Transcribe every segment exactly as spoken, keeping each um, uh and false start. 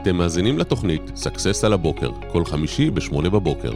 אתם מאזינים לתוכנית סאקסס על הבוקר, כל חמישי בשמונה בבוקר.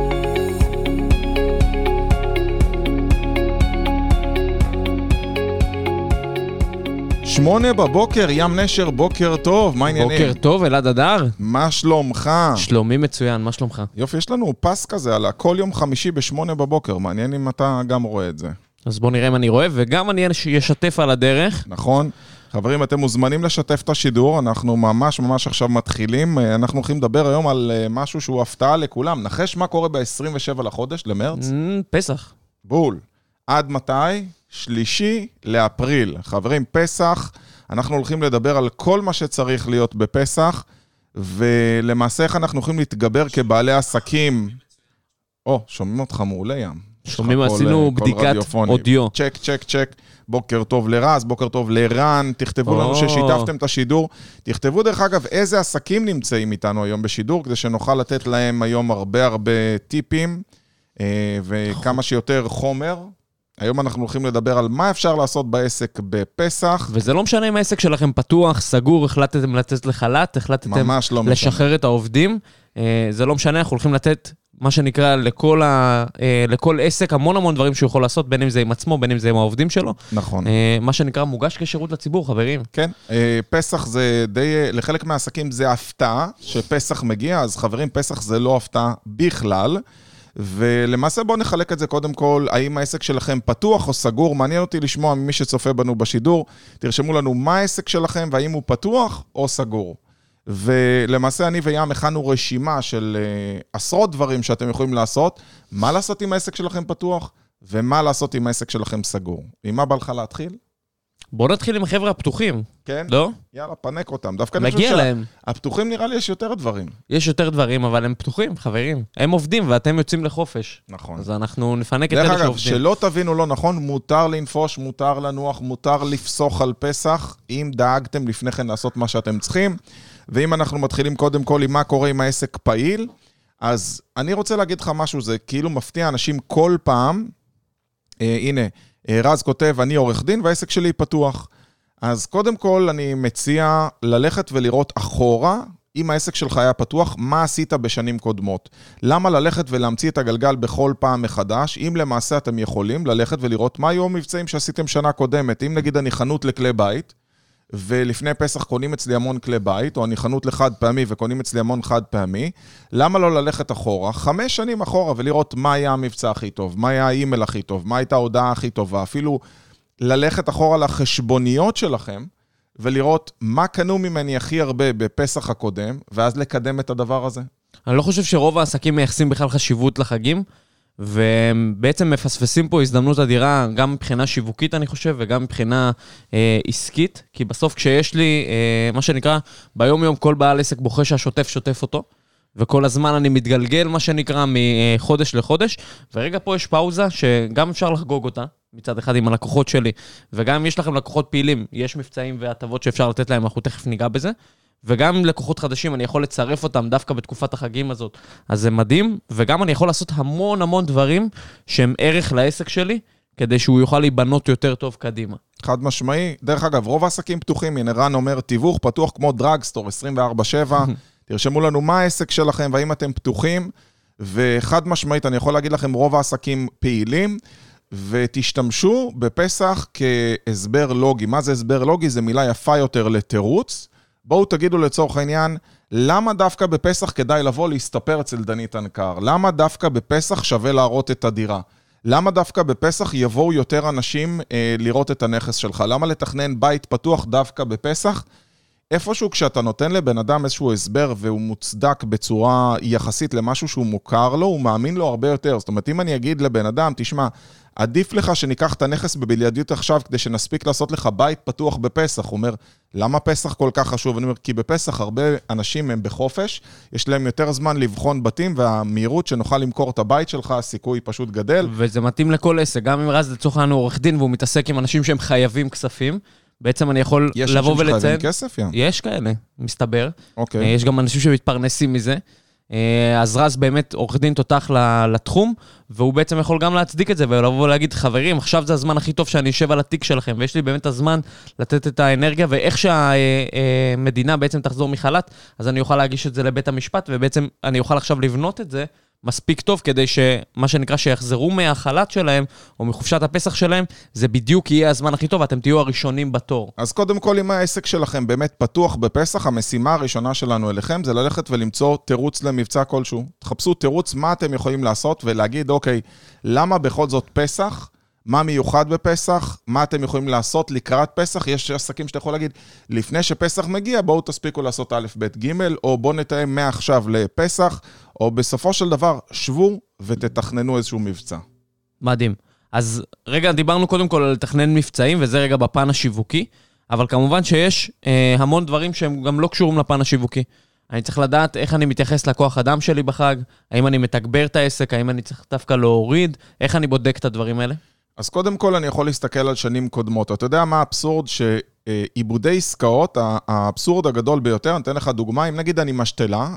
שמונה בבוקר, ים נשר, בוקר טוב, מה העניינים? בוקר טוב, אלעד אדר. מה שלומך? שלומי מצוין, מה שלומך? יופי, יש לנו פס כזה על כל יום חמישי בשמונה בבוקר, מעניין אם אתה גם רואה את זה. אז בוא נראה אם אני רואה, וגם אני אשתף על הדרך. נכון. חברים, אתם מוזמנים לשתף את השידור, אנחנו ממש ממש עכשיו מתחילים, אנחנו הולכים לדבר היום על משהו שהוא הפתעה לכולם. נחש מה קורה ב-עשרים ושבעה לחודש, למרץ? פסח. בול. עד מתי? שלישי לאפריל. חברים, פסח, אנחנו הולכים לדבר על כל מה שצריך להיות בפסח, ולמעשה איך אנחנו הולכים להתגבר כבעלי עסקים. או, שומעים אותך מעולה ים. שומעים, עשינו בדיקת אודיו. צ'ק, צ'ק, צ'ק. בוקר טוב לרז, בוקר טוב לרן, תכתבו לנו ששיתפתם את השידור. תכתבו דרך אגב איזה עסקים נמצאים איתנו היום בשידור, כדי שנוכל לתת להם היום הרבה הרבה טיפים, וכמה שיותר חומר. היום אנחנו הולכים לדבר על מה אפשר לעשות בעסק בפסח. וזה לא משנה אם העסק שלכם פתוח, סגור, החלטתם לתת לחל"ת, החלטתם לא לשחרר משנה. את העובדים. זה לא משנה, אנחנו הולכים לתת מה שנקרא לכל, ה, לכל עסק, המון המון דברים שהוא יכול לעשות, בין אם זה עם עצמו, בין אם זה עם העובדים שלו. נכון. מה שנקרא מוגש כשירות לציבור, חברים. כן, פסח זה די, לחלק מהעסקים זה הפתעה, שפסח מגיע, אז חברים, פסח זה לא הפתעה בכלל, ולמעשה בואו נחלק את זה קודם כל, האם העסק שלכם פתוח או סגור, מעניין אותי לשמוע ממי שצופה בנו בשידור, תרשמו לנו מה העסק שלכם, והאם הוא פתוח או סגור. ולמעשה אני וים הכנו רשימה של uh, עשרות דברים שאתם יכולים לעשות, מה לעשות אם העסק שלכם פתוח, ומה לעשות אם העסק שלכם סגור. עם מה בא לך להתחיל? בואו נתחיל עם החבר'ה הפתוחים. כן? לא? יאללה, פנק אותם. דווקא מגיע להם. הפתוחים נראה לי יש יותר דברים. יש יותר דברים, אבל הם פתוחים, חברים. הם עובדים ואתם יוצאים לחופש. נכון. אז אנחנו נפנק את אלה שעובדים. דרך אגב, שלא תבינו לא נכון, מותר לנפוש, מותר לנוח, מותר לפסוח על פסח, אם דאגתם לפני כן לעשות מה שאתם צריכים. ואם אנחנו מתחילים קודם כל עם מה קורה עם העסק פעיל, אז אני רוצה להגיד לך משהו, זה כאילו מפתיע אנשים כל פעם, אה, הנה, אה, רז כותב, אני עורך דין והעסק שלי פתוח. אז קודם כל אני מציע ללכת ולראות אחורה, אם העסק שלך היה פתוח, מה עשית בשנים קודמות? למה ללכת ולהמציא את הגלגל בכל פעם מחדש, אם למעשה אתם יכולים ללכת ולראות מה היו המבצעים שעשיתם שנה קודמת, אם נגיד אני חנות לכלי בית, ולפני פסח קונים אצלי המון כלי בית, או אני חנות לחד פעמי וקונים אצלי המון חד פעמי, למה לא ללכת אחורה, חמש שנים אחורה, ולראות מה היה המבצע הכי טוב, מה היה האימייל הכי טוב, מה הייתה ההודעה הכי טובה, אפילו ללכת אחורה לחשבוניות שלכם, ולראות מה קנו ממני הכי הרבה בפסח הקודם, ואז לקדם את הדבר הזה. אני לא חושב שרוב העסקים מייחסים בכלל חשיבות לחגים, ובעצם מפספסים פה הזדמנות אדירה, גם מבחינה שיווקית אני חושב, וגם מבחינה אה, עסקית, כי בסוף כשיש לי, אה, מה שנקרא, ביום יום כל בעל עסק בוחר שהשוטף שוטף אותו, וכל הזמן אני מתגלגל, מה שנקרא, מחודש לחודש, ורגע פה יש פאוזה שגם אפשר לחגוג אותה, מצד אחד עם הלקוחות שלי, וגם אם יש לכם לקוחות פעילים, יש מבצעים והטבות שאפשר לתת להם, אנחנו תכף ניגע בזה, וגם לקוחות חדשים, אני יכול לצרף אותם דווקא בתקופת החגים הזאת, אז זה מדהים, וגם אני יכול לעשות המון המון דברים שהם ערך לעסק שלי, כדי שהוא יוכל להיבנות יותר טוב קדימה. חד משמעי, דרך אגב, רוב העסקים פתוחים, הנה רן אומר, תיווך פתוח כמו דרגסטור, עשרים וארבע שבע, תרשמו לנו מה העסק שלכם, והאם אתם פתוחים, וחד משמעית, אני יכול להגיד לכם, רוב העסקים פעילים, ותשתמשו בפסח כהסבר לוגי. מה זה הסבר לוגי? זה מילה יפה יותר לתירוץ. בואו תגידו לצורך העניין, למה דווקא בפסח כדאי לבוא להסתפר אצל דנית אנקר? למה דווקא בפסח שווה להראות את הדירה? למה דווקא בפסח יבואו יותר אנשים אה, לראות את הנכס שלך? למה לתכנן בית פתוח דווקא בפסח? איפשהו כשאתה נותן לבן אדם איזשהו הסבר והוא מוצדק בצורה יחסית למשהו שהוא מוכר לו, הוא מאמין לו הרבה יותר. זאת אומרת, אם אני אגיד לבן אדם, תשמע, עדיף לך שניקח את הנכס בבלעדיות עכשיו כדי שנספיק לעשות לך בית פתוח בפסח. הוא אומר, למה פסח כל כך חשוב? אני אומר, כי בפסח הרבה אנשים הם בחופש, יש להם יותר זמן לבחון בתים, והמהירות שנוכל למכור את הבית שלך, הסיכוי פשוט גדל. וזה מתאים לכל עסק, גם אם רז לצורך לנו עורך דין, והוא מתעסק עם אנשים שהם חייבים כספים, בעצם אני יכול לבוא ולציין. יש אנשים שחייבים כסף, ים? יש כאלה, מסתבר. אוקיי. יש גם אנשים שמתפרנסים מזה. אז רז באמת עורך דין תותח לתחום, והוא בעצם יכול גם להצדיק את זה, ולבוא ולהגיד, חברים, עכשיו זה הזמן הכי טוב שאני אשב על התיק שלכם, ויש לי באמת הזמן לתת את האנרגיה, ואיך שהמדינה בעצם תחזור מחל"ת, אז אני אוכל להגיש את זה לבית המשפט, ובעצם אני אוכל עכשיו לבנות את זה, מספיק טוב כדי שמה שנקרא שיחזרו מהחל"ת שלהם, או מחופשת הפסח שלהם, זה בדיוק יהיה הזמן הכי טוב, ואתם תהיו הראשונים בתור. אז קודם כל, אם העסק שלכם באמת פתוח בפסח, המשימה הראשונה שלנו אליכם, זה ללכת ולמצוא תירוץ למבצע כלשהו. תחפשו תירוץ מה אתם יכולים לעשות, ולהגיד, אוקיי, למה בכל זאת פסח? מה מיוחד בפסח? מה אתם יכולים לעשות לקראת פסח? יש עסקים שאתה יכול להגיד, לפני שפסח מגיע, בואו תספיקו לעשות א', ב', ג', או בואו נתאם מעכשיו לפסח, או בסופו של דבר, שבו ותתכננו איזשהו מבצע. מדהים. אז רגע, דיברנו קודם כל על לתכנן מבצעים, וזה רגע בפן השיווקי, אבל כמובן שיש אה, המון דברים שהם גם לא קשורים לפן השיווקי. אני צריך לדעת איך אני מתייחס לכוח אדם שלי בחג, האם אני מתגבר את העסק, האם אני צריך דווקא להוריד, איך אני בודק את הדברים האלה? אז קודם כל אני יכול להסתכל על שנים קודמות. אתה יודע מה האבסורד שעיבודי עסקאות, האבסורד הגדול ביותר, אני אתן לך דוגמה, אם נגיד אני משתלה,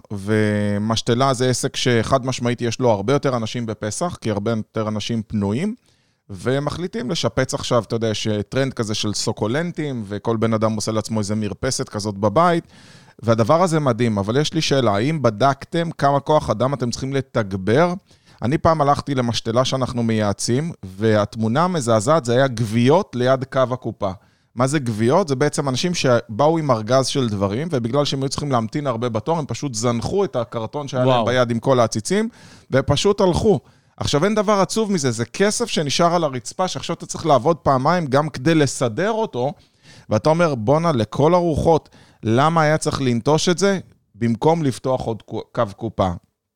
ומשתלה זה עסק שחד משמעית יש לו הרבה יותר אנשים בפסח, כי הרבה יותר אנשים פנויים, ומחליטים לשפץ עכשיו, אתה יודע, יש טרנד כזה של סוקולנטים, וכל בן אדם עושה לעצמו איזה מרפסת כזאת בבית, והדבר הזה מדהים, אבל יש לי שאלה, האם בדקתם כמה כוח אדם אתם צריכים לתגבר? אני פעם הלכתי למשתלה שאנחנו מייעצים, והתמונה המזעזעת זה היה גוויות ליד קו הקופה. מה זה גוויות? זה בעצם אנשים שבאו עם ארגז של דברים, ובגלל שהם היו צריכים להמתין הרבה בתור, הם פשוט זנחו את הקרטון שהיה להם ביד עם כל העציצים, ופשוט הלכו. עכשיו אין דבר עצוב מזה, זה כסף שנשאר על הרצפה, שעכשיו אתה צריך לעבוד פעמיים גם כדי לסדר אותו, ואתה אומר, בונה לכל הרוחות, למה היה צריך לנטוש את זה? במקום לפתוח עוד קו קופה.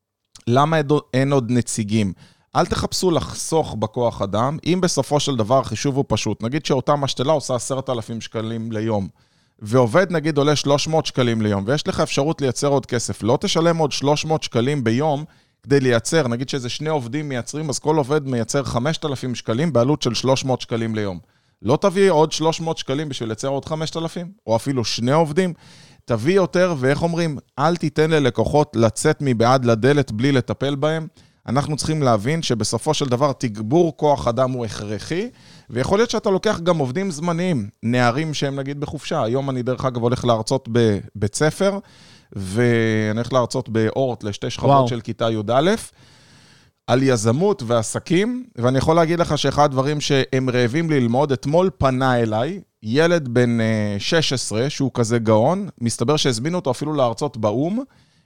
למה אין עוד נציגים? אל תחפשו לחסוך בכוח אדם, אם בסופו של דבר החישוב הוא פשוט. נגיד שאותה משתלה עושה עשרת אלפים שקלים ליום, ועובד נגיד עולה שלוש מאות שקלים ליום, ויש לך אפשרות לייצר עוד כסף. לא תשלם עוד שלוש מאות שקלים ביום כדי לייצר, נגיד שזה שני עובדים מייצרים, אז כל עובד מייצר חמשת אלפים שקלים בעלות של שלוש מאות שקלים ליום. לא תביא עוד שלוש מאות שקלים בשביל לייצר עוד חמשת אלפים, או אפילו שני עובדים, תביא יותר, ואיך אומרים, אל תיתן ללקוחות לצאת מבעד לדלת בלי לטפל בהם. אנחנו צריכים להבין שבסופו של דבר תגבור כוח אדם הוא הכרחי, ויכול להיות שאתה לוקח גם עובדים זמניים, נערים שהם נגיד בחופשה. היום אני דרך אגב הולך להרצות בבית ספר, ואני הולך להרצות באורט לשתי שכבות וואו. של כיתה י' א', על יזמות ועסקים, ואני יכול להגיד לך שאחד הדברים שהם רעבים ללמוד, אתמול פנה אליי, ילד בן שש עשרה, שהוא כזה גאון, מסתבר שהזמינו אותו אפילו להרצות באום,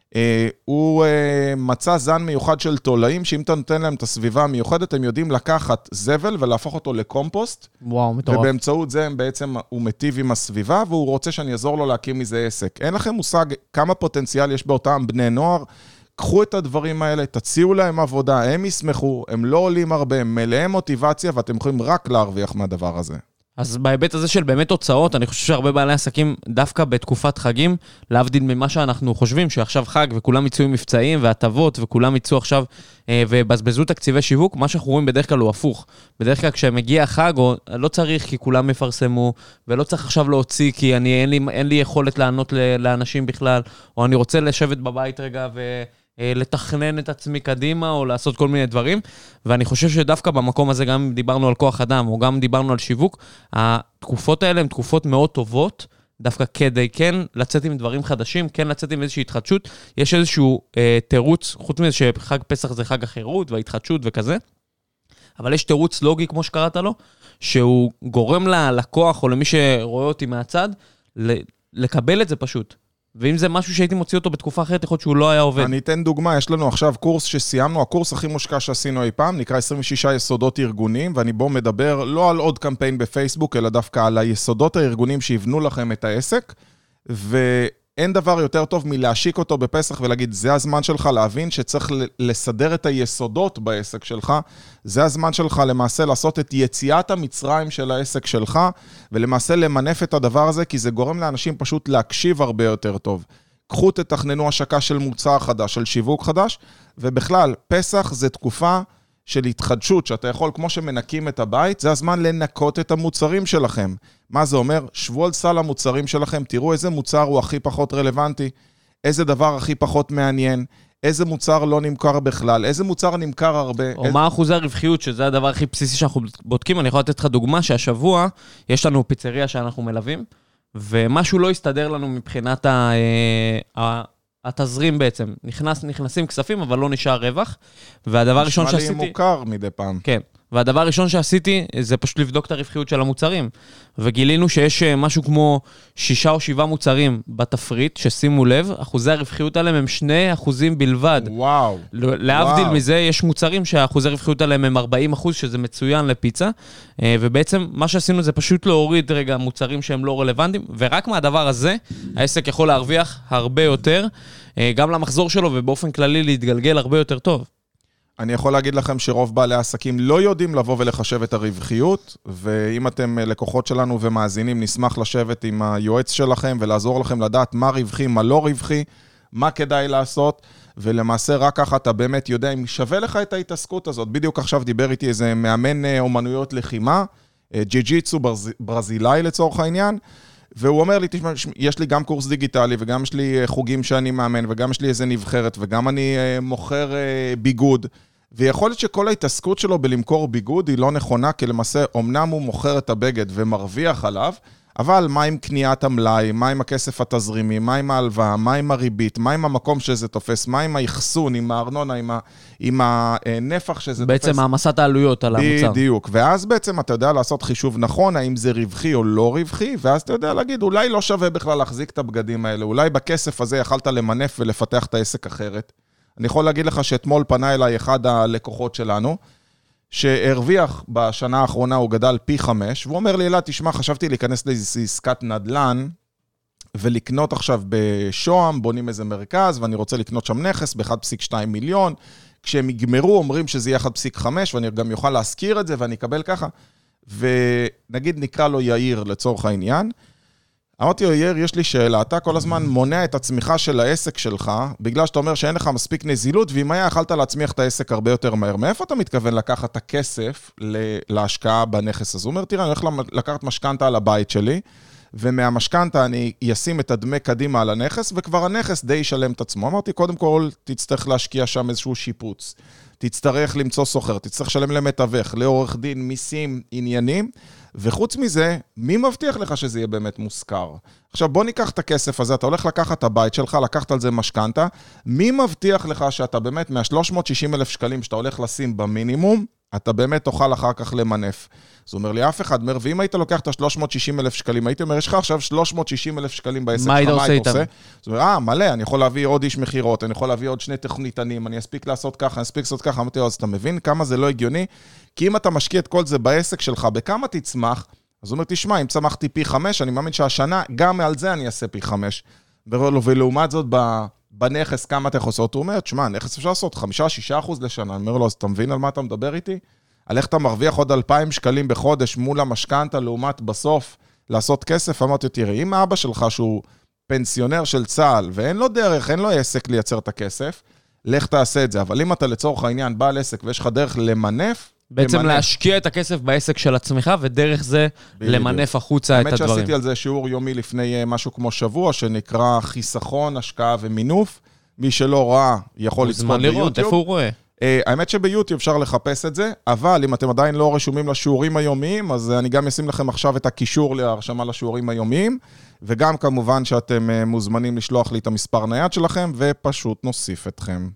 הוא מצא זן מיוחד של תולעים, שאם אתה נותן להם את הסביבה המיוחדת, הם יודעים לקחת זבל ולהפוך אותו לקומפוסט, וואו, מטורף. ובאמצעות זה הם בעצם, הוא מטיב עם הסביבה, והוא רוצה שאני אעזור לו להקים מזה עסק. אין לכם מושג כמה פוטנציאל יש באותם בני נוער, קחו את הדברים האלה, תציעו להם עבודה, הם ישמחו, הם לא עולים הרבה, הם מלאים מוטיבציה, ואתם יכולים רק להרוויח מהדבר הזה. אז בהיבט הזה של באמת הוצאות, אני חושב שהרבה בעלי עסקים, דווקא בתקופת חגים, להבדיל ממה שאנחנו חושבים, שעכשיו חג וכולם יצאו מבצעים והטבות, וכולם יצאו עכשיו אה, ובזבזו תקציבי שיווק, מה שאנחנו רואים בדרך כלל הוא הפוך. בדרך כלל כשמגיע חג, או לא צריך כי כולם מפרסמו, ולא צריך עכשיו להוציא, כי אני, אין לי, אין לי יכולת לענות לאנשים בכלל, או אני רוצה לשבת בבית רגע ו... לתכנן את עצמי קדימה, או לעשות כל מיני דברים, ואני חושב שדווקא במקום הזה גם דיברנו על כוח אדם, או גם דיברנו על שיווק, התקופות האלה הן תקופות מאוד טובות, דווקא כדי כן לצאת עם דברים חדשים, כן לצאת עם איזושהי התחדשות, יש איזשהו אה, תירוץ, חוץ מזה שחג פסח זה חג החירות וההתחדשות וכזה, אבל יש תירוץ לוגי, כמו שקראת לו, שהוא גורם ללקוח, או למי שרואה אותי מהצד, לקבל את זה פשוט. ואם זה משהו שהייתי מוציא אותו בתקופה אחרת, יכול להיות שהוא לא היה עובד. אני אתן דוגמה, יש לנו עכשיו קורס שסיימנו, הקורס הכי מושקע שעשינו אי פעם, נקרא עשרים ושישה יסודות ארגונים, ואני בו מדבר לא על עוד קמפיין בפייסבוק, אלא דווקא על היסודות הארגונים שיבנו לכם את העסק, ואין דבר יותר טוב מלהשיק אותו בפסח ולהגיד, זה הזמן שלך להבין שצריך לסדר את היסודות בעסק שלך, זה הזמן שלך למעשה לעשות את יציאת המצרים של העסק שלך, ולמעשה למנף את הדבר הזה, כי זה גורם לאנשים פשוט להקשיב הרבה יותר טוב. קחו תתכננו השקה של מוצר חדש, של שיווק חדש, ובכלל, פסח זה תקופה של התחדשות, שאתה יכול, כמו שמנקים את הבית, זה הזמן לנקות את המוצרים שלכם. מה זה אומר? שבו על סל המוצרים שלכם, תראו איזה מוצר הוא הכי פחות רלוונטי, איזה דבר הכי פחות מעניין, איזה מוצר לא נמכר בכלל, איזה מוצר נמכר הרבה. או איזה... מה אחוזי הרווחיות, שזה הדבר הכי בסיסי שאנחנו בודקים. אני יכול לתת לך דוגמה שהשבוע יש לנו פיצריה שאנחנו מלווים, ומשהו לא יסתדר לנו מבחינת ה... ה... התזרים בעצם. נכנס, נכנסים כספים, אבל לא נשאר רווח. והדבר הראשון שעשיתי... נשמע לי מוכר מדי פעם. כן. והדבר הראשון שעשיתי, זה פשוט לבדוק את הרווחיות של המוצרים. וגילינו שיש משהו כמו שישה או שבעה מוצרים בתפריט, ששימו לב, אחוזי הרווחיות עליהם הם שני אחוזים בלבד. וואו. להבדיל וואו. מזה, יש מוצרים שהאחוזי הרווחיות עליהם הם ארבעים אחוז, שזה מצוין לפיצה. ובעצם מה שעשינו זה פשוט להוריד רגע מוצרים שהם לא רלוונטיים, ורק מהדבר הזה, העסק יכול להרוויח הרבה יותר, גם למחזור שלו, ובאופן כללי להתגלגל הרבה יותר טוב. אני יכול להגיד לכם שרוב בעלי העסקים לא יודעים לבוא ולחשב את הרווחיות, ואם אתם לקוחות שלנו ומאזינים, נשמח לשבת עם היועץ שלכם ולעזור לכם לדעת מה רווחי, מה לא רווחי, מה כדאי לעשות, ולמעשה רק ככה אתה באמת יודע אם שווה לך את ההתעסקות הזאת. בדיוק עכשיו דיבר איתי איזה מאמן אומנויות לחימה, ג'י-ג'יצו ברזילאי לצורך העניין, והוא אומר לי, תשמע, יש לי גם קורס דיגיטלי, וגם יש לי חוגים שאני מאמן, וגם יש לי איזה נבחרת, וגם אני מוכר ביגוד, ויכול להיות שכל ההתעסקות שלו בלמכור ביגוד היא לא נכונה, כי למעשה, אמנם הוא מוכר את הבגד ומרוויח עליו, אבל מה עם קניית המלאי, מה עם הכסף התזרימי, מה עם ההלוואה, מה עם הריבית, מה עם המקום שזה תופס, מה עם האחסון, עם הארנונה, עם, ה, עם הנפח שזה בעצם תופס. בעצם העמסת העלויות על המוצר. בדיוק, ואז בעצם אתה יודע לעשות חישוב נכון, האם זה רווחי או לא רווחי, ואז אתה יודע להגיד, אולי לא שווה בכלל להחזיק את הבגדים האלה, אולי בכסף הזה יכלת למנף ולפתח את העסק אחרת. אני יכול להגיד לך שאתמול פנה אליי אחד הלקוחות שלנו, שהרוויח בשנה האחרונה, הוא גדל פי חמש, והוא אומר לי, אלא, תשמע, חשבתי להיכנס לאיזו עסקת נדל"ן, ולקנות עכשיו בשוהם, בונים איזה מרכז, ואני רוצה לקנות שם נכס ב-אחד נקודה שתיים מיליון, כשהם יגמרו, אומרים שזה יהיה אחד נקודה חמש, ואני גם יוכל להזכיר את זה, ואני אקבל ככה, ונגיד נקרא לו יאיר לצורך העניין, אמרתי לו, יאיר, יש לי שאלה, אתה כל הזמן מונע את הצמיחה של העסק שלך, בגלל שאתה אומר שאין לך מספיק נזילות, ואם היה יכלת להצמיח את העסק הרבה יותר מהר, מאיפה אתה מתכוון לקחת את הכסף להשקעה בנכס הזה? הוא אומר, תראה, אני הולך לקחת משכנתה על הבית שלי, ומהמשכנתה אני אשים את הדמי קדימה על הנכס, וכבר הנכס די ישלם את עצמו. אמרתי, קודם כל, תצטרך להשקיע שם איזשהו שיפוץ, תצטרך למצוא סוחר, תצטרך לשלם למתווך, לעורך דין, מיסים, עניינים, וחוץ מזה, מי מבטיח לך שזה יהיה באמת מושכר? עכשיו בוא ניקח את הכסף הזה, אתה הולך לקחת את הבית שלך, לקחת על זה משכנתה, מי מבטיח לך שאתה באמת מה-שלוש מאות ושישים אלף שקלים שאתה הולך לשים במינימום, אתה באמת תוכל אחר כך למנף. זאת אומרת לי, אף אחד אומר, ואם היית לוקח את ה-שלוש מאות ושישים אלף שקלים, הייתי אומר, יש לך עכשיו שלוש מאות ושישים אלף שקלים בעסק, מה היית עושה איתם? זאת אומרת, אה, מלא, אני יכול להביא עוד איש מחירות, אני יכול להביא עוד שני תכניתנים, אני אספיק לעשות ככה, אני אספיק לעשות ככה, אמרתי, אז אתה מבין כמה זה לא הגיוני? כי אם אתה משקיע את כל זה בעסק שלך, בכמה תצמח, אז הוא אומר, תשמע, אם צמחתי פי חמש, אני מאמין שהשנה, גם על זה אני אעשה פי חמש. ולעומת זאת, בנכס, כמה אתה יכול לעשות? הוא אומר, תשמע, נכס אפשר לעשות חמישה שישה אחוז לשנה. אני אומר לו, אז אתה מבין על מה אתה מדבר איתי? על איך אתה מרוויח עוד אלפיים שקלים בחודש מול המשכנתה, לעומת בסוף לעשות כסף? אמרתי, תראה, אם האבא שלך שהוא פנסיונר של צה"ל, ואין לו דרך, אין לו עסק לייצר את הכסף, לך תעשה את זה. אבל אם אתה לצורך העניין בעל עסק ויש לך דרך למנף, בעצם למנף. להשקיע את הכסף בעסק של עצמך, ודרך זה בדיוק. למנף החוצה את הדברים. האמת שעשיתי על זה שיעור יומי לפני משהו כמו שבוע, שנקרא חיסכון, השקעה ומינוף. מי שלא ראה יכול לצפות ביוטיוב. לראות, איפה הוא רואה? האמת שביוטיוב אפשר לחפש את זה, אבל אם אתם עדיין לא רשומים לשיעורים היומיים, אז אני גם אשים לכם עכשיו את הקישור להרשמה לשיעורים היומיים, וגם כמובן שאתם מוזמנים לשלוח לי את המספר נייד שלכם, ופשוט נוסיף אתכם.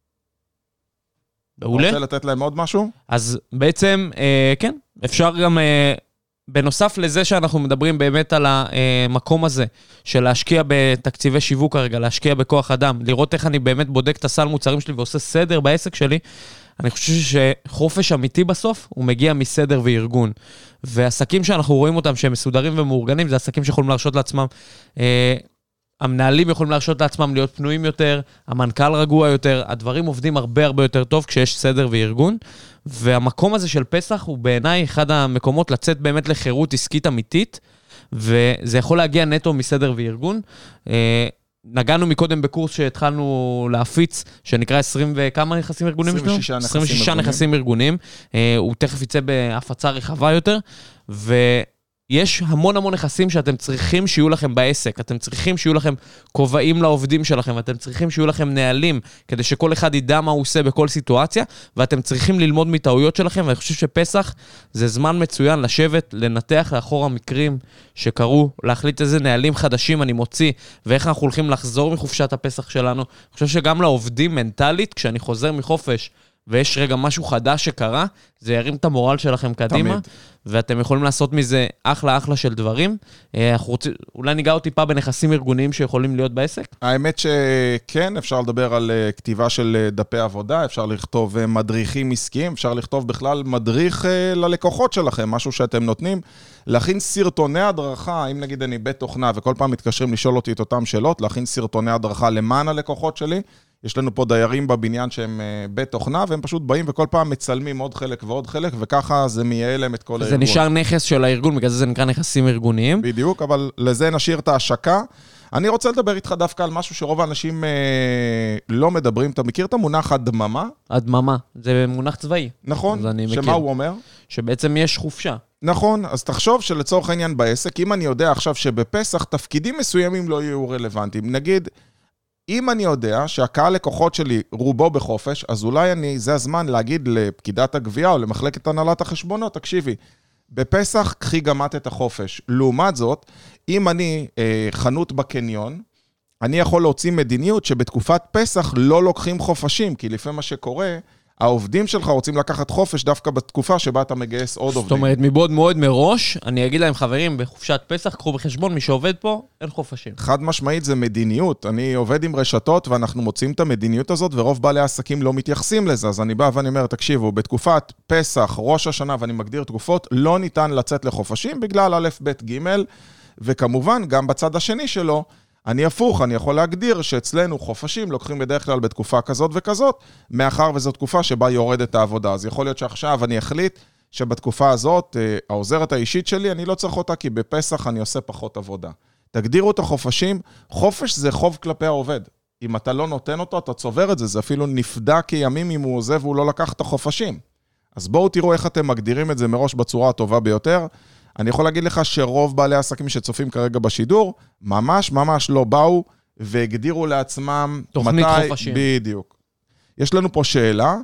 מעולה. רוצה לתת להם עוד משהו? אז בעצם, אה, כן, אפשר גם, אה, בנוסף לזה שאנחנו מדברים באמת על המקום הזה, של להשקיע בתקציבי שיווק הרגע, להשקיע בכוח אדם, לראות איך אני באמת בודק את הסל מוצרים שלי ועושה סדר בעסק שלי, אני חושב שחופש אמיתי בסוף, הוא מגיע מסדר וארגון. ועסקים שאנחנו רואים אותם שהם מסודרים ומאורגנים, זה עסקים שיכולים להרשות לעצמם, אה, המנהלים יכולים להרשות לעצמם להיות פנויים יותר, המנכ"ל רגוע יותר, הדברים עובדים הרבה הרבה יותר טוב כשיש סדר וארגון, והמקום הזה של פסח הוא בעיניי אחד המקומות לצאת באמת לחירות עסקית אמיתית, וזה יכול להגיע נטו מסדר וארגון. נגענו מקודם בקורס שהתחלנו להפיץ, שנקרא עשרים וכמה נכסים ארגונים? עשרים ושישה נכסים ארגונים. עשרים ושישה נכסים ארגונים, הוא תכף יצא בהפצה רחבה יותר, ו... יש המון המון נכסים שאתם צריכים שיהיו לכם בעסק, אתם צריכים שיהיו לכם כובעים לעובדים שלכם, ואתם צריכים שיהיו לכם נהלים, כדי שכל אחד ידע מה הוא עושה בכל סיטואציה, ואתם צריכים ללמוד מטעויות שלכם, ואני חושב שפסח זה זמן מצוין לשבת, לנתח לאחור המקרים שקרו, להחליט איזה נהלים חדשים אני מוציא, ואיך אנחנו הולכים לחזור מחופשת הפסח שלנו. אני חושב שגם לעובדים מנטלית, כשאני חוזר מחופש, ויש רגע משהו חדש שקרה, זה ירים את המורל שלכם קדימה, תמיד. ואתם יכולים לעשות מזה אחלה אחלה של דברים. רוצ... אולי ניגע עוד טיפה בנכסים ארגוניים שיכולים להיות בעסק? האמת שכן, אפשר לדבר על כתיבה של דפי עבודה, אפשר לכתוב מדריכים עסקיים, אפשר לכתוב בכלל מדריך ללקוחות שלכם, משהו שאתם נותנים, להכין סרטוני הדרכה, אם נגיד אני בית תוכנה, וכל פעם מתקשרים לשאול אותי את אותם שאלות, להכין סרטוני הדרכה למען הלקוחות שלי, יש לנו פה דיירים בבניין שהם בית תוכנה, והם פשוט באים וכל פעם מצלמים עוד חלק ועוד חלק, וככה זה מייעל להם את כל הארגון. זה נשאר נכס של הארגון, בגלל זה זה נקרא נכסים ארגוניים. בדיוק, אבל לזה נשאיר את ההשקה. אני רוצה לדבר איתך דווקא על משהו שרוב האנשים אה, לא מדברים. אתה מכיר את המונח הדממה? הדממה, זה מונח צבאי. נכון, שמה הוא אומר? שבעצם יש חופשה. נכון, אז תחשוב שלצורך העניין בעסק, אם אני יודע עכשיו שבפסח תפקידים מסוימים לא יהיו רלוונטיים, נגיד, אם אני יודע שהקהל לקוחות שלי רובו בחופש, אז אולי אני, זה הזמן להגיד לפקידת הגבייה או למחלקת הנהלת החשבונות, תקשיבי, בפסח קחי גם את את החופש. לעומת זאת, אם אני אה, חנות בקניון, אני יכול להוציא מדיניות שבתקופת פסח לא לוקחים חופשים, כי לפעמים מה שקורה, העובדים שלך רוצים לקחת חופש דווקא בתקופה שבה אתה מגייס עוד עובדים. זאת אומרת, מבעוד מועד מראש, אני אגיד להם, חברים, בחופשת פסח, קחו בחשבון, מי שעובד פה, אין חופשים. חד משמעית זה מדיניות. אני עובד עם רשתות ואנחנו מוצאים את המדיניות הזאת, ורוב בעלי העסקים לא מתייחסים לזה. אז אני בא ואני אומר, תקשיבו, בתקופת פסח, ראש השנה, ואני מגדיר תקופות, לא ניתן לצאת לחופשים בגלל א', ב', ג', וכמובן, גם בצד השני שלו, אני הפוך, אני יכול להגדיר שאצלנו חופשים לוקחים בדרך כלל בתקופה כזאת וכזאת, מאחר וזו תקופה שבה יורדת העבודה. אז יכול להיות שעכשיו אני אחליט שבתקופה הזאת, העוזרת האישית שלי, אני לא צריך אותה, כי בפסח אני עושה פחות עבודה. תגדירו את החופשים, חופש זה חוב כלפי העובד. אם אתה לא נותן אותו, אתה צובר את זה, זה אפילו נפדע כימים אם הוא עוזב והוא לא לקח את החופשים. אז בואו תראו איך אתם מגדירים את זה מראש בצורה הטובה ביותר. אני יכול להגיד לך שרוב בעלי העסקים שצופים כרגע בשידור, ממש ממש לא באו והגדירו לעצמם תוכנית מתי... חופשים. בדיוק. יש לנו פה שאלה,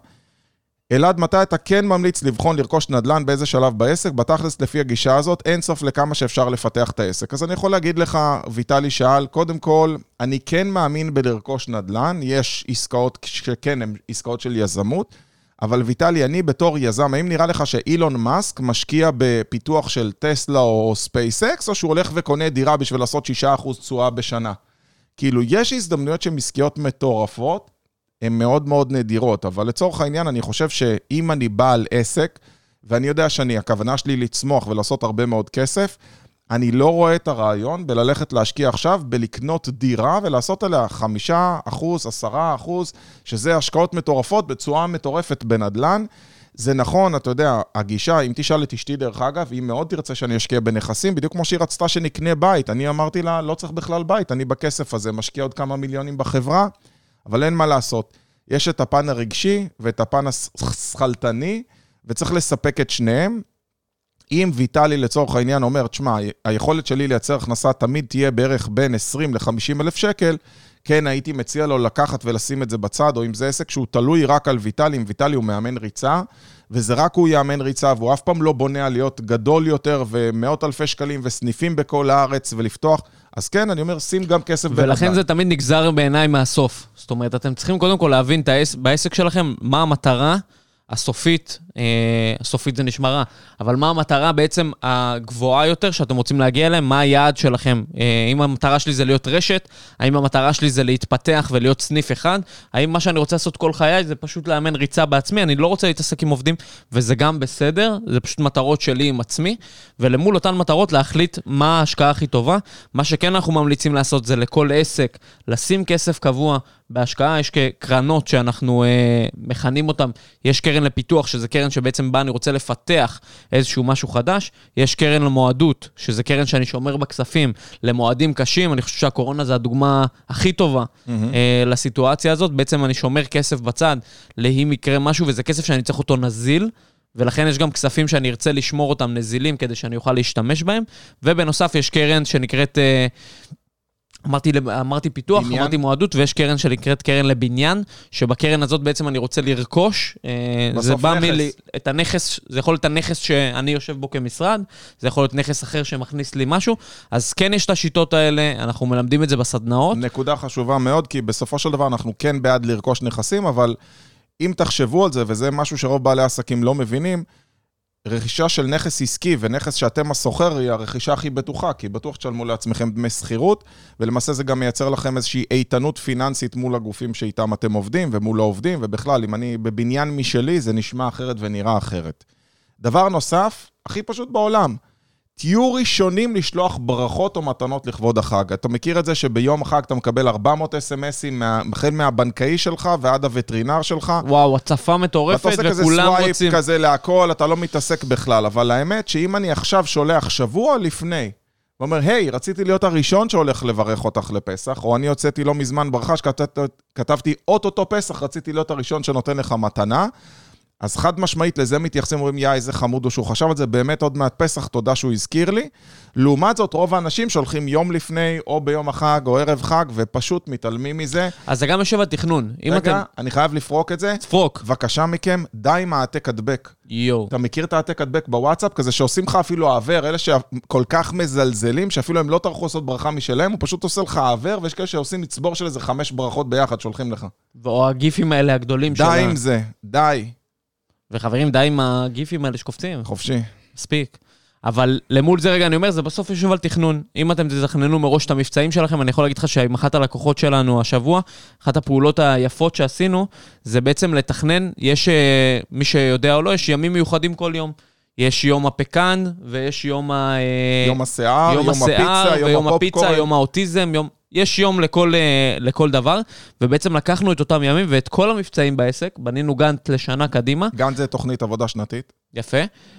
אלעד, מתי אתה כן ממליץ לבחון לרכוש נדל"ן באיזה שלב בעסק? בתכלס לפי הגישה הזאת, אין סוף לכמה שאפשר לפתח את העסק. אז אני יכול להגיד לך, ויטלי שאל, קודם כל, אני כן מאמין בלרכוש נדל"ן, יש עסקאות שכן הן עסקאות של יזמות, אבל ויטלי, אני בתור יזם, האם נראה לך שאילון מאסק משקיע בפיתוח של טסלה או ספייסקס, או שהוא הולך וקונה דירה בשביל לעשות שישה אחוז תשואה בשנה? כאילו, יש הזדמנויות שהן עסקיות מטורפות, הן מאוד מאוד נדירות, אבל לצורך העניין אני חושב שאם אני בעל עסק, ואני יודע שאני, הכוונה שלי לצמוח ולעשות הרבה מאוד כסף, אני לא רואה את הרעיון בללכת להשקיע עכשיו, בלקנות דירה ולעשות עליה חמישה אחוז, עשרה אחוז, שזה השקעות מטורפות בצורה מטורפת בנדלן. זה נכון, אתה יודע, הגישה, אם תשאל את אשתי דרך אגב, היא מאוד תרצה שאני אשקיע בנכסים, בדיוק כמו שהיא רצתה שנקנה בית. אני אמרתי לה, לא צריך בכלל בית, אני בכסף הזה משקיע עוד כמה מיליונים בחברה, אבל אין מה לעשות. יש את הפן הרגשי ואת הפן השכלתני, וצריך לספק את שניהם. אם ויטלי לצורך העניין אומר, תשמע, היכולת שלי לייצר הכנסה תמיד תהיה בערך בין עשרים לחמישים אלף שקל, כן, הייתי מציע לו לקחת ולשים את זה בצד, או אם זה עסק שהוא תלוי רק על ויטלי, אם ויטלי הוא מאמן ריצה, וזה רק הוא יאמן ריצה, והוא אף פעם לא בונה על להיות גדול יותר, ומאות אלפי שקלים וסניפים בכל הארץ, ולפתוח, אז כן, אני אומר, שים גם כסף בנדל"ן. ולכן זה תמיד נגזר בעיניי מהסוף. זאת אומרת, אתם צריכים קודם כל להבין בעסק שלכם, מה המטרה הסופית, הסופית זה נשמע רע, אבל מה המטרה בעצם הגבוהה יותר שאתם רוצים להגיע אליהם? מה היעד שלכם? האם המטרה שלי זה להיות רשת? האם המטרה שלי זה להתפתח ולהיות סניף אחד? האם מה שאני רוצה לעשות כל חיי זה פשוט לאמן ריצה בעצמי? אני לא רוצה להתעסק עם עובדים, וזה גם בסדר, זה פשוט מטרות שלי עם עצמי, ולמול אותן מטרות להחליט מה ההשקעה הכי טובה. מה שכן אנחנו ממליצים לעשות זה לכל עסק, לשים כסף קבוע בהשקעה. יש קרנות שאנחנו אה, מכנים אותם, יש קרן לפיתוח, שזה קרן שבעצם בה אני רוצה לפתח איזשהו משהו חדש, יש קרן למועדות, שזה קרן שאני שומר בכספים למועדים קשים, אני חושב שהקורונה זה הדוגמה הכי טובה mm-hmm. אה, לסיטואציה הזאת, בעצם אני שומר כסף בצד, להים יקרה משהו, וזה כסף שאני צריך אותו נזיל, ולכן יש גם כספים שאני ארצה לשמור אותם נזילים, כדי שאני אוכל להשתמש בהם, ובנוסף יש קרן שנקראת, אמרתי, אמרתי פיתוח, בניין. אמרתי מועדות, ויש קרן שנקראת קרן לבניין, שבקרן הזאת בעצם אני רוצה לרכוש, זה בא מילי, את הנכס, זה יכול להיות הנכס שאני יושב בו כמשרד, זה יכול להיות נכס אחר שמכניס לי משהו, אז כן יש את השיטות האלה, אנחנו מלמדים את זה בסדנאות. נקודה חשובה מאוד, כי בסופו של דבר אנחנו כן בעד לרכוש נכסים, אבל אם תחשבו על זה, וזה משהו שרוב בעלי עסקים לא מבינים, רכישה של נכס עסקי ונכס שאתם הסוחר היא הרכישה הכי בטוחה, כי בטוח תשלמו לעצמכם דמי שכירות, ולמעשה זה גם מייצר לכם איזושהי איתנות פיננסית מול הגופים שאיתם אתם עובדים ומול העובדים, ובכלל, אם אני בבניין משלי, זה נשמע אחרת ונראה אחרת. דבר נוסף, הכי פשוט בעולם, תהיו ראשונים לשלוח ברכות או מתנות לכבוד החג. אתה מכיר את זה שביום החג אתה מקבל ארבע מאות אס אם אסים, החל מהבנקאי שלך ועד הווטרינר שלך. וואו, הצפה מטורפת וכולם רוצים. אתה עושה כזה סווייפ כזה להכל, אתה לא מתעסק בכלל. אבל האמת שאם אני עכשיו שולח שבוע לפני, ואומר, היי, רציתי להיות הראשון שהולך לברך אותך לפסח, או אני הוצאתי לא מזמן ברכה שכתבתי אוטוטו פסח, רציתי להיות הראשון שנותן לך מתנה, אז חד משמעית לזה מתייחסים, אומרים, יא, איזה חמוד הוא שהוא חשב על זה, באמת עוד מעט פסח, תודה שהוא הזכיר לי. לעומת זאת, רוב האנשים שהולכים יום לפני, או ביום החג, או ערב חג, ופשוט מתעלמים מזה. אז זה גם יושב התכנון. רגע, אתם... אני חייב לפרוק את זה. תפרוק. בבקשה מכם, די עם העתק הדבק. יו. אתה מכיר את העתק הדבק בוואטסאפ, כזה שעושים לך אפילו העבר, אלה שכל כך מזלזלים, שאפילו הם לא טרחו לעשות ברכה משלהם, הוא פשוט עושה לך העבר, ויש כאלה שעושים מצבור של איזה חמש ברכות ביחד, שולחים לך. או הגיפים האלה הגדולים די עם זה, די. וחברים, די עם הגיפים האלה שקופצים. חופשי. מספיק. אבל למול זה רגע, אני אומר, זה בסוף יושב על תכנון. אם אתם תזכננו מראש את המבצעים שלכם, אני יכול להגיד לך שעם אחת הלקוחות שלנו השבוע, אחת הפעולות היפות שעשינו, זה בעצם לתכנן, יש, מי שיודע או לא, יש ימים מיוחדים כל יום. יש יום הפקן, ויש יום ה... יום השיער, יום, יום השיער, הפיצה, יום יום הפיצה, הפופקורן. יום האוטיזם, יום... יש יום לכל, לכל דבר, ובעצם לקחנו את אותם ימים, ואת כל המבצעים בעסק, בנינו גאנט לשנה קדימה. גאנט זה תוכנית עבודה שנתית. יפה.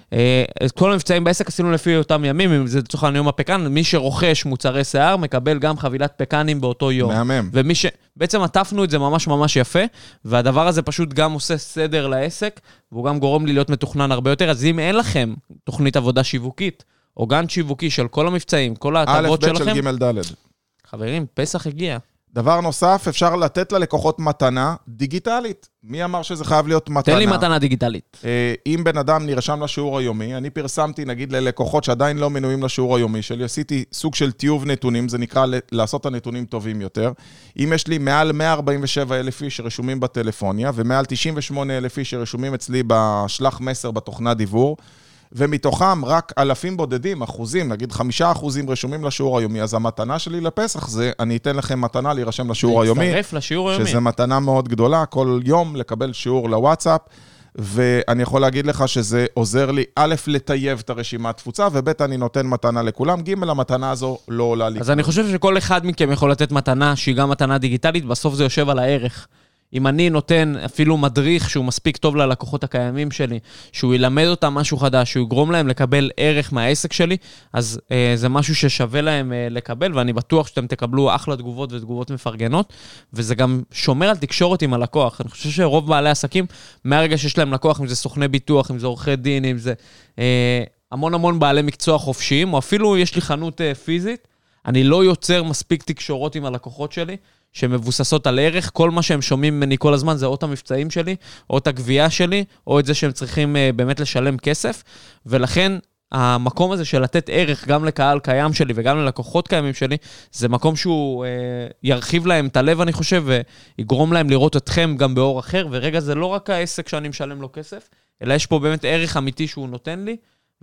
את כל המבצעים בעסק עשינו לפי אותם ימים, אם זה לצורך העניין יום הפקן, מי שרוכש מוצרי שיער, מקבל גם חבילת פקנים באותו יום. מהמם. ומי ש... בעצם עטפנו את זה ממש ממש יפה, והדבר הזה פשוט גם עושה סדר לעסק, והוא גם גורם לי להיות מתוכנן הרבה יותר, אז אם אין לכם תוכנית עבודה שיווקית, או גאנט שיווקי של כל המבצעים, כל ההטבות שלכם... א' ב' של ג' ד'. חברים, פסח הגיע. דבר נוסף, אפשר לתת ללקוחות מתנה דיגיטלית. מי אמר שזה חייב להיות מתנה? תן לי מתנה דיגיטלית. אם בן אדם נרשם לשיעור היומי, אני פרסמתי, נגיד, ללקוחות שעדיין לא מנויים לשיעור היומי שלי, עשיתי סוג של טיוב נתונים, זה נקרא לעשות את הנתונים טובים יותר. אם יש לי מעל מאה ארבעים ושבע אלף איש שרשומים בטלפוניה, ומעל תשעים ושמונה אלף איש שרשומים אצלי בשלח מסר בתוכנת דיוור, ומתוכם רק אלפים בודדים, אחוזים, נגיד חמישה אחוזים רשומים לשיעור היומי, אז המתנה שלי לפסח זה, אני אתן לכם מתנה להירשם לשיעור היומי. להצטרף לשיעור היומי. שזה מתנה מאוד גדולה, כל יום לקבל שיעור לוואטסאפ, ואני יכול להגיד לך שזה עוזר לי, א', לטייב את הרשימת תפוצה, וב', אני נותן מתנה לכולם, ג', המתנה הזו לא עולה לי. אז אני חושב שכל אחד מכם יכול לתת מתנה, שהיא גם מתנה דיגיטלית, בסוף זה יושב על הערך. אם אני נותן אפילו מדריך שהוא מספיק טוב ללקוחות הקיימים שלי, שהוא ילמד אותם משהו חדש, שהוא יגרום להם לקבל ערך מהעסק שלי, אז אה, זה משהו ששווה להם אה, לקבל, ואני בטוח שאתם תקבלו אחלה תגובות ותגובות מפרגנות, וזה גם שומר על תקשורת עם הלקוח. אני חושב שרוב בעלי עסקים, מהרגע שיש להם לקוח, אם זה סוכני ביטוח, אם זה עורכי דין, אם זה אה, המון המון בעלי מקצוע חופשיים, או אפילו יש לי חנות אה, פיזית, אני לא יוצר מספיק תקשורות עם הלקוחות שלי, שמבוססות על ערך, כל מה שהם שומעים ממני כל הזמן זה או את המבצעים שלי, או את הגבייה שלי, או את זה שהם צריכים uh, באמת לשלם כסף, ולכן המקום הזה של לתת ערך גם לקהל קיים שלי וגם ללקוחות קיימים שלי, זה מקום שהוא uh, ירחיב להם את הלב, אני חושב, ויגרום להם לראות אתכם גם באור אחר, ורגע זה לא רק העסק שאני משלם לו כסף, אלא יש פה באמת ערך אמיתי שהוא נותן לי,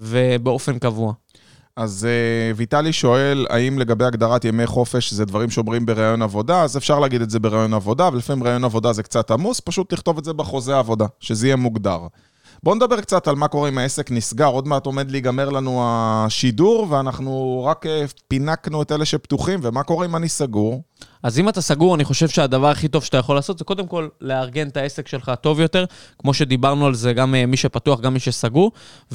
ובאופן קבוע. אז uh, ויטלי שואל, האם לגבי הגדרת ימי חופש זה דברים שאומרים ברעיון עבודה? אז אפשר להגיד את זה ברעיון עבודה, ולפעמים רעיון עבודה זה קצת עמוס, פשוט לכתוב את זה בחוזה העבודה, שזה יהיה מוגדר. בואו נדבר קצת על מה קורה אם העסק נסגר, עוד מעט עומד להיגמר לנו השידור, ואנחנו רק פינקנו את אלה שפתוחים, ומה קורה אם אני סגור? אז אם אתה סגור, אני חושב שהדבר הכי טוב שאתה יכול לעשות, זה קודם כל לארגן את העסק שלך טוב יותר, כמו שדיברנו על זה, גם מי שפתוח, גם מי שסגור,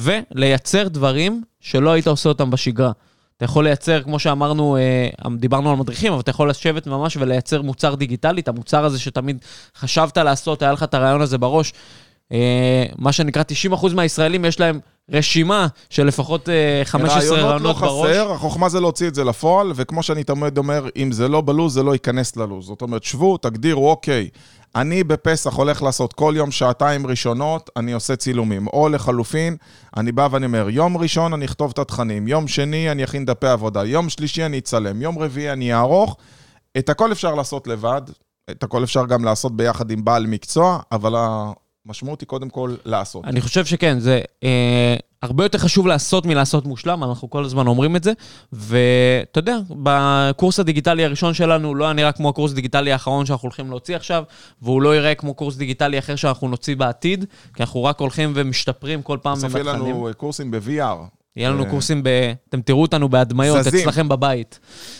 ולייצר דברים שלא היית עושה אותם בשגרה. אתה יכול לייצר, כמו שאמרנו, דיברנו על מדריכים, אבל אתה יכול לשבת ממש ולייצר מוצר דיגיטלי, את המוצר הזה שתמיד חשבת לעשות, היה לך את הרעיון הזה בראש, מה שנקרא תשעים אחוז מהישראלים יש להם רשימה של לפחות חמש עשרה רעיונות בראש. רעיונות לא חסר, החוכמה זה להוציא את זה לפועל, וכמו שאני תמיד אומר, אם זה לא בלוז, זה לא ייכנס ללוז. זאת אומרת, שבו, תגדירו, אוקיי, אני בפסח הולך לעשות כל יום שעתיים ראשונות, אני עושה צילומים. או לחלופין, אני בא ואני אומר, יום ראשון אני אכתוב את התכנים, יום שני אני אכין דפי עבודה, יום שלישי אני אצלם, יום רביעי אני אערוך. את הכל אפשר לעשות לבד, את הכל אפשר גם לעשות ביחד עם בעל מקצוע, אבל המשמעות היא קודם כל לעשות. אני חושב שכן, זה אה, הרבה יותר חשוב לעשות מלעשות מושלם, אנחנו כל הזמן אומרים את זה, ואתה יודע, בקורס הדיגיטלי הראשון שלנו לא היה נראה כמו הקורס הדיגיטלי האחרון שאנחנו הולכים להוציא עכשיו, והוא לא יראה כמו קורס דיגיטלי אחר שאנחנו נוציא בעתיד, כי אנחנו רק הולכים ומשתפרים כל פעם בסוף יהיה לנו קורסים ב-וי אר. יהיה לנו קורסים ב... אתם תראו אותנו בהדמיות, אצלכם בבית.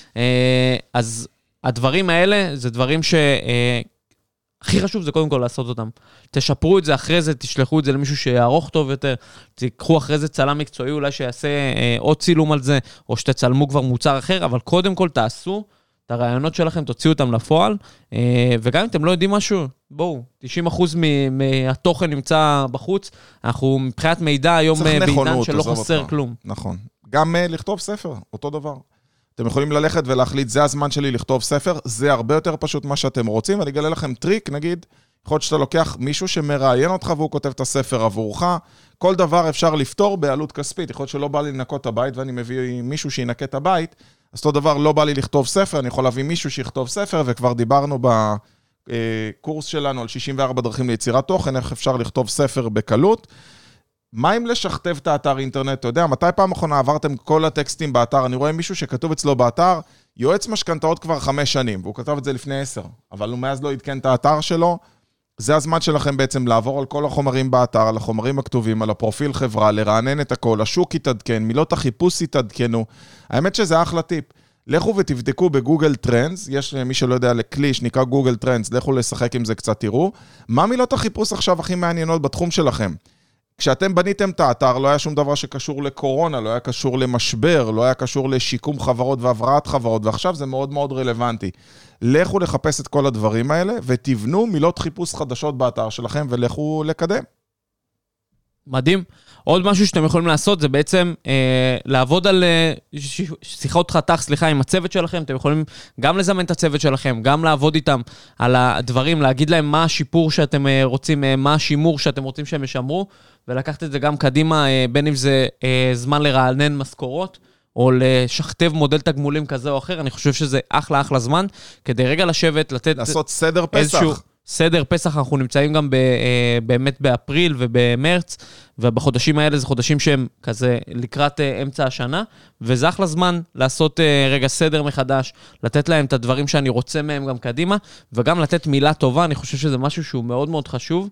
אז הדברים האלה זה דברים ש... הכי חשוב זה קודם כל לעשות אותם. תשפרו את זה אחרי זה, תשלחו את זה למישהו שיערוך טוב יותר, תיקחו אחרי זה צלם מקצועי אולי שיעשה אה, עוד צילום על זה, או שתצלמו כבר מוצר אחר, אבל קודם כל תעשו את הרעיונות שלכם, תוציאו אותם לפועל, אה, וגם אם אתם לא יודעים משהו, בואו, תשעים אחוז מ- מהתוכן נמצא בחוץ, אנחנו מבחינת מידע היום בעידן שלא חסר אותך. כלום. נכון. גם אה, לכתוב ספר, אותו דבר. אתם יכולים ללכת ולהחליט, זה הזמן שלי לכתוב ספר, זה הרבה יותר פשוט מה שאתם רוצים, ואני אגלה לכם טריק, נגיד, יכול להיות שאתה לוקח מישהו שמראיין אותך, והוא כותב את הספר עבורך, כל דבר אפשר לפתור בעלות כספית, יכול להיות שלא בא לי לנקות את הבית, ואני מביא מישהו שינקה את הבית, אז אותו דבר לא בא לי לכתוב ספר, אני יכול להביא מישהו שיכתוב ספר, וכבר דיברנו בקורס שלנו על שישים וארבע דרכים ליצירת תוכן, איך אפשר לכתוב ספר בקלות, מה אם לשכתב את האתר אינטרנט? אתה יודע, מתי פעם אחרונה עברתם כל הטקסטים באתר? אני רואה מישהו שכתוב אצלו באתר, יועץ משכנתאות כבר חמש שנים, והוא כתב את זה לפני עשר, אבל הוא מאז לא עדכן את האתר שלו. זה הזמן שלכם בעצם לעבור על כל החומרים באתר, על החומרים הכתובים, על הפרופיל חברה, לרענן את הכל, השוק יתעדכן, מילות החיפוש יתעדכנו. האמת שזה אחלה טיפ. לכו ותבדקו בגוגל טרנדס, יש מי שלא יודע לכלי שנקרא גוגל טרנדס, לכו לשחק עם זה קצת, תראו. מה מילות החיפוש עכשיו הכי מעניינות בתחום שלכם? כשאתם בניתם את האתר, לא היה שום דבר שקשור לקורונה, לא היה קשור למשבר, לא היה קשור לשיקום חברות והבראת חברות, ועכשיו זה מאוד מאוד רלוונטי. לכו לחפש את כל הדברים האלה, ותבנו מילות חיפוש חדשות באתר שלכם, ולכו לקדם. מדהים. עוד משהו שאתם יכולים לעשות, זה בעצם אה, לעבוד על אה, שיחות חתך, סליחה, עם הצוות שלכם. אתם יכולים גם לזמן את הצוות שלכם, גם לעבוד איתם על הדברים, להגיד להם מה השיפור שאתם אה, רוצים, אה, מה השימור שאתם רוצים שהם ישמרו, ולקחת את זה גם קדימה, אה, בין אם זה אה, זמן לרענן משכורות, או לשכתב מודל תגמולים כזה או אחר. אני חושב שזה אחלה אחלה זמן, כדי רגע לשבת, לתת... לעשות סדר פסח. איזשהו... סדר פסח, אנחנו נמצאים גם ב, באמת באפריל ובמרץ, ובחודשים האלה זה חודשים שהם כזה לקראת אמצע השנה, וזה אחלה זמן לעשות רגע סדר מחדש, לתת להם את הדברים שאני רוצה מהם גם קדימה, וגם לתת מילה טובה. אני חושב שזה משהו שהוא מאוד מאוד חשוב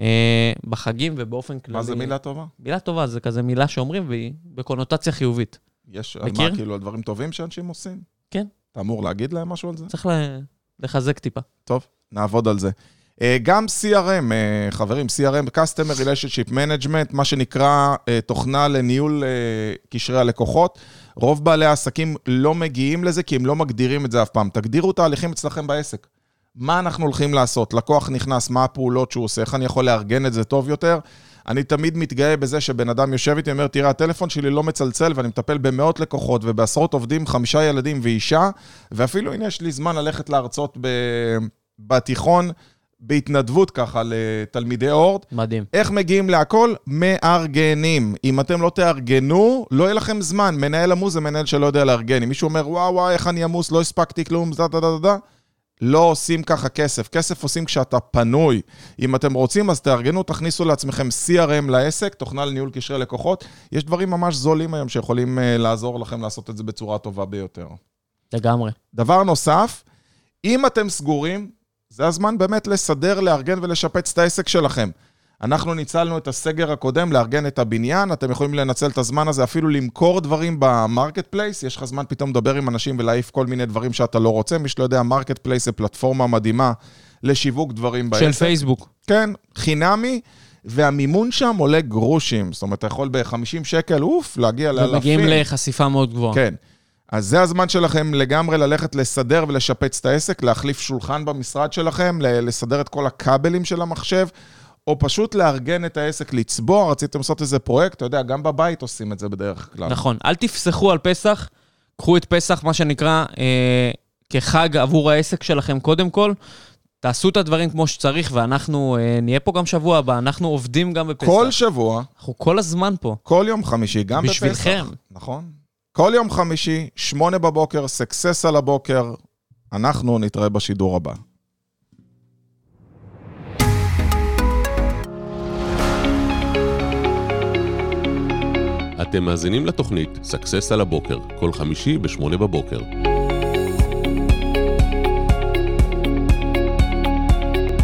בחגים ובאופן כללי. מה זה מילה טובה? מילה טובה זה כזה מילה שאומרים, והיא בקונוטציה חיובית. יש מה, כאילו, על דברים טובים שאנשים עושים? כן. אתה אמור להגיד להם משהו על זה? צריך לחזק טיפה. טוב. נעבוד על זה. גם סי אר אם, חברים, סי אר אם, Customer Relationship Management, מה שנקרא תוכנה לניהול קשרי הלקוחות. רוב בעלי העסקים לא מגיעים לזה, כי הם לא מגדירים את זה אף פעם. תגדירו תהליכים אצלכם בעסק. מה אנחנו הולכים לעשות? לקוח נכנס, מה הפעולות שהוא עושה, איך אני יכול לארגן את זה טוב יותר? אני תמיד מתגאה בזה שבן אדם יושב איתי, אומר, תראה, הטלפון שלי לא מצלצל, ואני מטפל במאות לקוחות, ובעשרות עובדים, חמישה ילדים ואישה, ואפילו הנה יש לי זמן ללכת להרצות ב... בתיכון, בהתנדבות ככה, לתלמידי אורד. מדהים. איך מגיעים להכל? מארגנים. אם אתם לא תארגנו, לא יהיה לכם זמן. מנהל עמוס זה מנהל שלא יודע לארגן. אם מישהו אומר, וואו, וואו, איך אני עמוס, לא הספקתי כלום, דה, דה, דה, דה. לא עושים ככה כסף. כסף עושים כשאתה פנוי. אם אתם רוצים, אז תארגנו, תכניסו לעצמכם סי אר אם לעסק, תוכנה לניהול קשרי לקוחות. יש דברים ממש זולים היום שיכולים לעזור לכם לעשות את זה בצורה טובה ביותר. לגמרי. דבר נוסף, אם אתם סגורים, זה הזמן באמת לסדר, לארגן ולשפץ את העסק שלכם. אנחנו ניצלנו את הסגר הקודם, לארגן את הבניין, אתם יכולים לנצל את הזמן הזה, אפילו למכור דברים במרקט פלייס, יש לך זמן פתאום לדבר עם אנשים ולהעיף כל מיני דברים שאתה לא רוצה, מי שלא יודע, מרקט פלייס זה פלטפורמה מדהימה לשיווק דברים בעסק. של פייסבוק. כן, חינמי, והמימון שם עולה גרושים, זאת אומרת, אתה יכול ב-חמישים שקל, אוף, להגיע לאלפים. ומגיעים לחשיפה מאוד גבוהה. כן. אז זה הזמן שלכם לגמרי ללכת לסדר ולשפץ את העסק, להחליף שולחן במשרד שלכם, לסדר את כל הכבלים של המחשב, או פשוט לארגן את העסק, לצבוע, רציתם לעשות איזה פרויקט, אתה יודע, גם בבית עושים את זה בדרך כלל. נכון, אל תפסחו על פסח, קחו את פסח, מה שנקרא, אה, כחג עבור העסק שלכם קודם כל, תעשו את הדברים כמו שצריך, ואנחנו אה, נהיה פה גם שבוע הבא, אנחנו עובדים גם בפסח. כל שבוע. אנחנו כל הזמן פה. כל יום חמישי, גם בפסח. בשבילכם. נכון. כל יום חמישי, שמונה בבוקר, סקסס על הבוקר, אנחנו נתראה בשידור הבא. אתם מאזינים לתוכנית סקסס על הבוקר, כל חמישי בשמונה בבוקר.